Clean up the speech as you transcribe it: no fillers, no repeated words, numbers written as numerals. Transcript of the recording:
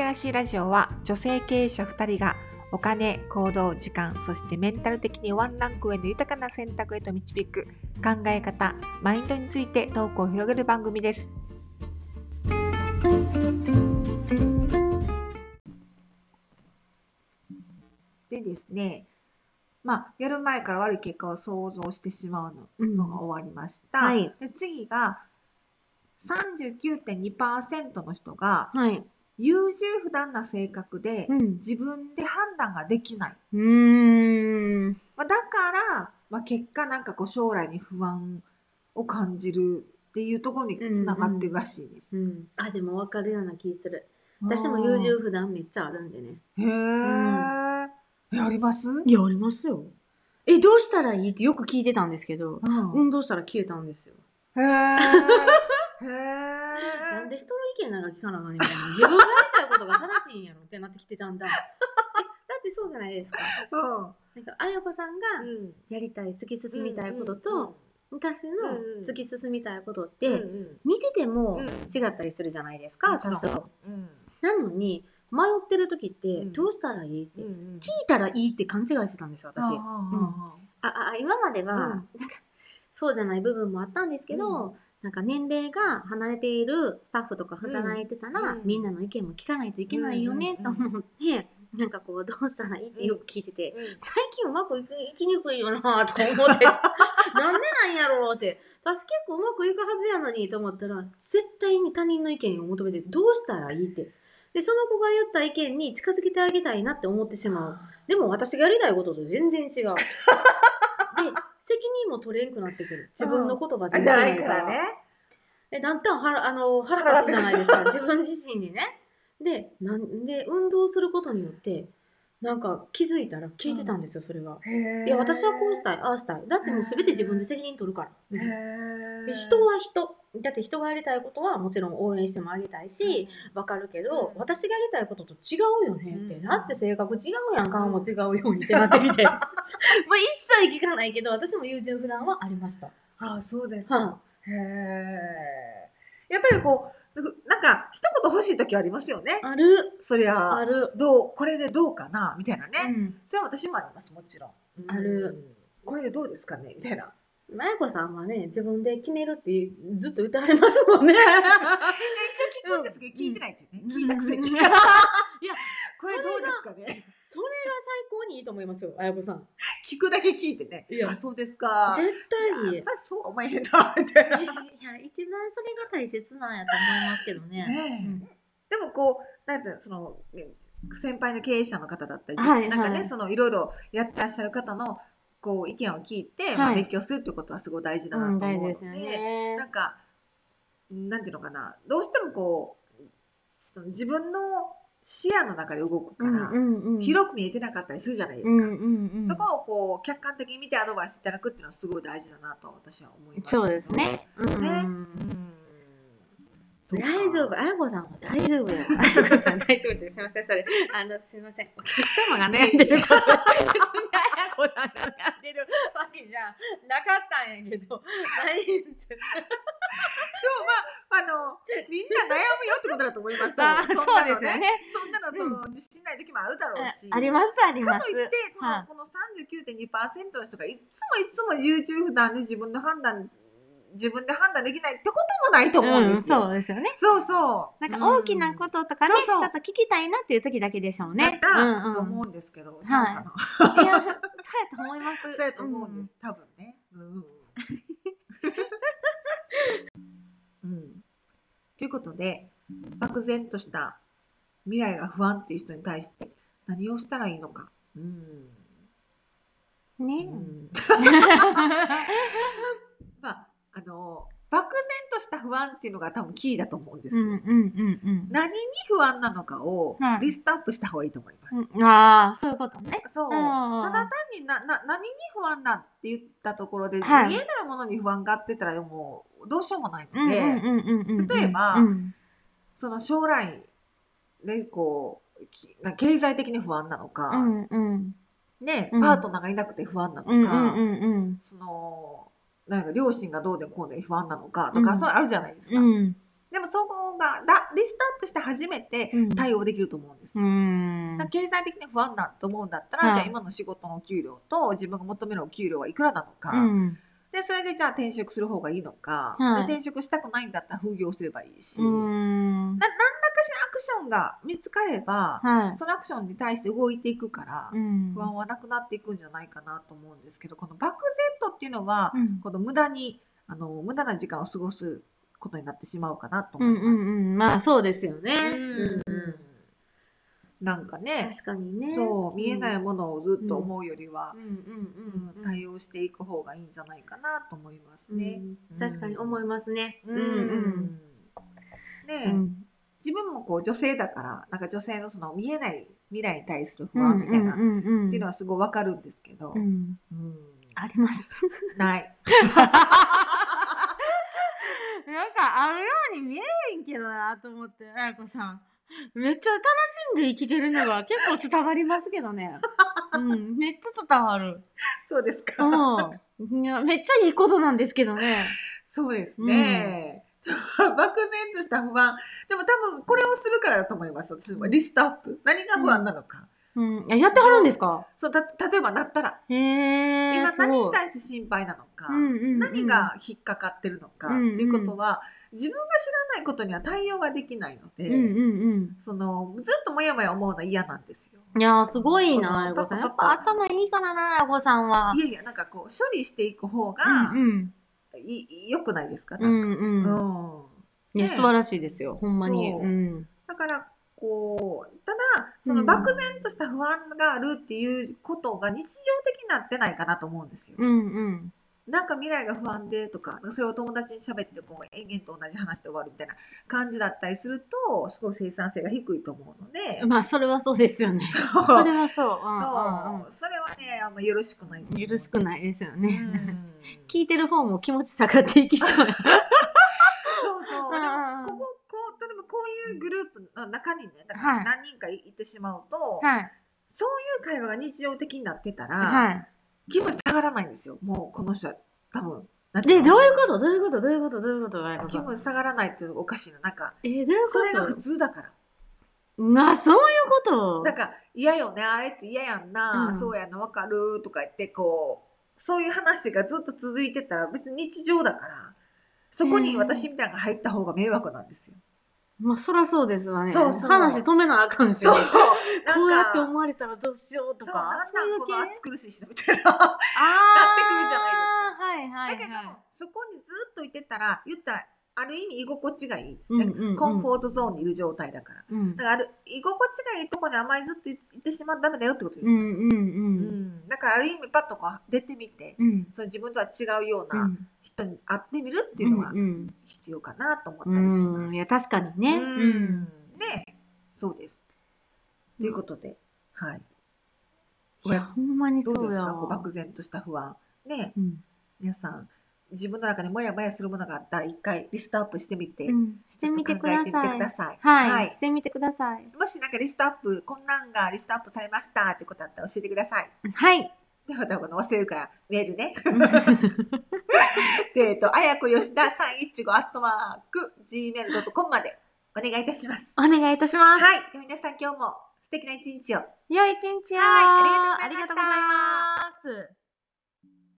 らしいラジオは女性経営者2人がお金、行動、時間、そしてメンタル的にワンランク上の豊かな選択へと導く考え方、マインドについてトークを広げる番組です。でですね、やる前から悪い結果を想像してしまうのが終わりました。 はい。 で次が 39.2% の人が、 はい。 優柔不断な性格で、自分で判断ができない。だから、結果将来に不安を感じるっていうところにつながってるらしいです。 でも分かるような気する。私も優柔不断めっちゃあるんでね。 へー。あります？ いや、ありますよ。どうしたらいいってよく聞いてたんですけど、運動したら消えたんですよ。 へー。 なんで人の意見なんか聞かなあかんねんみたいな。自分がやりたいことが正しいんやろってなってきてたんだ。だってそうじゃないですか。綾子さんがやりたい、突き進みたいことと、私の突き進みたいことって似てても違ったりするじゃないですか、多少。なのに迷ってる時ってどうしたらいいって聞いたらいいって勘違いしてたんですよ、私。今まではそうじゃない部分もあったんですけど、年齢が離れているスタッフとか働いてたら、みんなの意見も聞かないといけないよねと思って、どうしたらいいってよく聞いてて、最近うまくいきにくいよなとか思ってなんでなんやろうって、私結構うまくいくはずやのにと思ったら、絶対に他人の意見を求めてどうしたらいいって、でその子が言った意見に近づけてあげたいなって思ってしまう。でも私がやりたいことと全然違う。で責任も取れんくなってくる。自分の言葉でじゃないからね。 だんだん腹立つじゃないですか。自分自身にね。で運動することによって気づいたら聞いてたんですよ、それが。いや、私はこうしたい、ああしたい。だってもう全て自分で責任取るから。人は人。だって人がやりたいことはもちろん応援してもあげたいし、わかるけど、私がやりたいことと違うよねって。だって性格違うやん、顔も違うようにってなってきて。もう一切聞かないけど、私も優柔不断はありました。 そうですか。やっぱり一言欲しい時ありますよね。 ある。 そりゃある。 これでどうかなみたいなね。それは私もあります、もちろん。 ある。 これでどうですかねみたいな。 まやこさんはね、自分で決めるってずっと言ってはりますもんね。 一応聞くんですけど、聞いてないってね。聞いたくせに。いや、これどうですかね。 それが最高にいいと思いますよ、あやこさん。 聞くだけ聞いてね。そうですか。 絶対に。 やっぱりそう思えへんな、みたいな。 いや、一番それが大切なんやと思いますけどね。 でも先輩の経営者の方だったり、いろいろやってらっしゃる方の意見を聞いて、勉強するってことはすごい大事だなと思うので、なんていうのかな、どうしても自分の視野の中で動くから、広く見えてなかったりするじゃないですか。そこを客観的に見てアドバイスいただくっていうのはすごい大事だなと私は思います。 そうですね。大丈夫。あやこさんは大丈夫よ。あやこさん大丈夫です。すみません。それ、すみません。お客様が悩んでること、別にあやこさんが悩んでるわけじゃなかったんやけど、でもみんな悩むよってことだと思います。 そうですよね。 そんなの自信ない時もあるだろうし。 あります、あります。 かといって、この 39.2% の人がいつも優柔不断で自分で判断できないってこともないと思うんですよ。 そうですよね。 大きなこととかね、ちょっと聞きたいなっていう時だけでしょうね。 と思うんですけど、ちゃうかな。 いや、そうやと思います。 そうやと思うんです。多分ね。ということで、漠然とした未来が不安っていう人に対して何をしたらいいのか。漠然とした不安っていうのが多分キーだと思うんですよ。何に不安なのかをリストアップした方がいいと思います。そういうことね。 そう。ただ単に何に不安だって言ったところで、見えないものに不安があってたらもうどうしようもないので、例えば、その将来で経済的に不安なのか、ね、パートナーがいなくて不安なのか、両親がどうでこうで不安なのかとか、そういうのあるじゃないですか。 でもそこがリストアップして初めて対応できると思うんですよ。だから経済的に不安だと思うんだったら、じゃあ今の仕事のお給料と自分が求めるお給料はいくらなのか、でそれでじゃあ転職する方がいいのか、で転職したくないんだったら副業すればいいし、何らかしらアクションが見つかれば、そのアクションに対して動いていくから、不安はなくなっていくんじゃないかなと思うんですけど、この漠然とっていうのは、この無駄な時間を過ごすことになってしまうかなと思います。 まあそうですよね。 なんかね、 確かにね、 そう見えないものをずっと思うよりは対応していく方がいいんじゃないかなと思いますね。 確かに思いますね。 自分もこう女性だから、なんか女性のその見えない未来に対する不安みたいなっていうのはすごいわかるんですけど、 あります。 ない。 なんかあるように見えへんけどなと思って、あやこさん。めっちゃ楽しんで生きてるのが結構伝わりますけどね。めっちゃ伝わる。 そうですか。 いや、めっちゃいいことなんですけどね。 そうですね。漠然とした不安。でも多分これをするからだと思います。リストアップ。何が不安なのか。 やってはるんですか？ そう、例えばなったら。今何に対して心配なのか。何が引っかかってるのか。っていうことは、自分が知らないことには対応ができないので、ずっともやもや思うのは嫌なんですよ。 いやー、すごいな、あやこさん。やっぱ頭いいからな、あやこさんは。 いやいや、なんかこう、処理していく方が、良くないですか？なんか。 いや、素晴らしいですよ、ほんまに。 だから、こう、ただ、その漠然とした不安があるっていうことが日常的になってないかなと思うんですよ。なんか未来が不安でとか、それを友達に喋ってこう延々と同じ話で終わるみたいな感じだったりすると、すごい生産性が低いと思うので。 まあそれはそうですよね。それはそう。 それはね、あんまよろしくない。 よろしくないですよね。聞いてる方も気持ち下がっていきそう。そうそう。 例えばこういうグループの中にね、だから何人かいてしまうと、そういう会話が日常的になってたら、気分下がらないんですよ。もうこの人は多分。 で、どういうこと気分下がらないっていうのがおかしいな。なんか、 どういうことそれが普通だから。 まあ、そういうことなんか、嫌よね、あれって嫌やんな、そうやな、わかるとか言って、こう、そういう話がずっと続いてたら別に日常だから、そこに私みたいなのが入った方が迷惑なんですよ。 まあ、そらそうですわね。話止めなあかんしね。こうやって思われたらどうしようとか。 なんこの暑苦しい人みたいな、なってくるじゃないですか。だけど、そこにずっといてたら、言ったら、ある意味居心地がいいですね。コンフォートゾーンにいる状態だから。だから居心地がいいところにあまりずっといてしまうとダメだよってことですよ。だからある意味パッとこう出てみて、その自分とは違うような人に会ってみるっていうのは必要かなと思ったりします。 いや確かにね。 で、そうです。ということで、はい。 いやほんまにそうや。 漠然とした不安ね、皆さん。自分の中にもやもやするものがあったら一回リストアップしてみて、 してみてください。 はい、 してみてください。 もしなんかリストアップ、こんなんがリストアップされましたってことだったら教えてください。 はい。 で、また忘れるからメールね。あやこよしだ315@gmail.com までお願いいたします。 お願いいたします。 はい。で皆さん今日も素敵な一日を。 良い一日を。 はい。ありがとうございました。 ありがとうございます。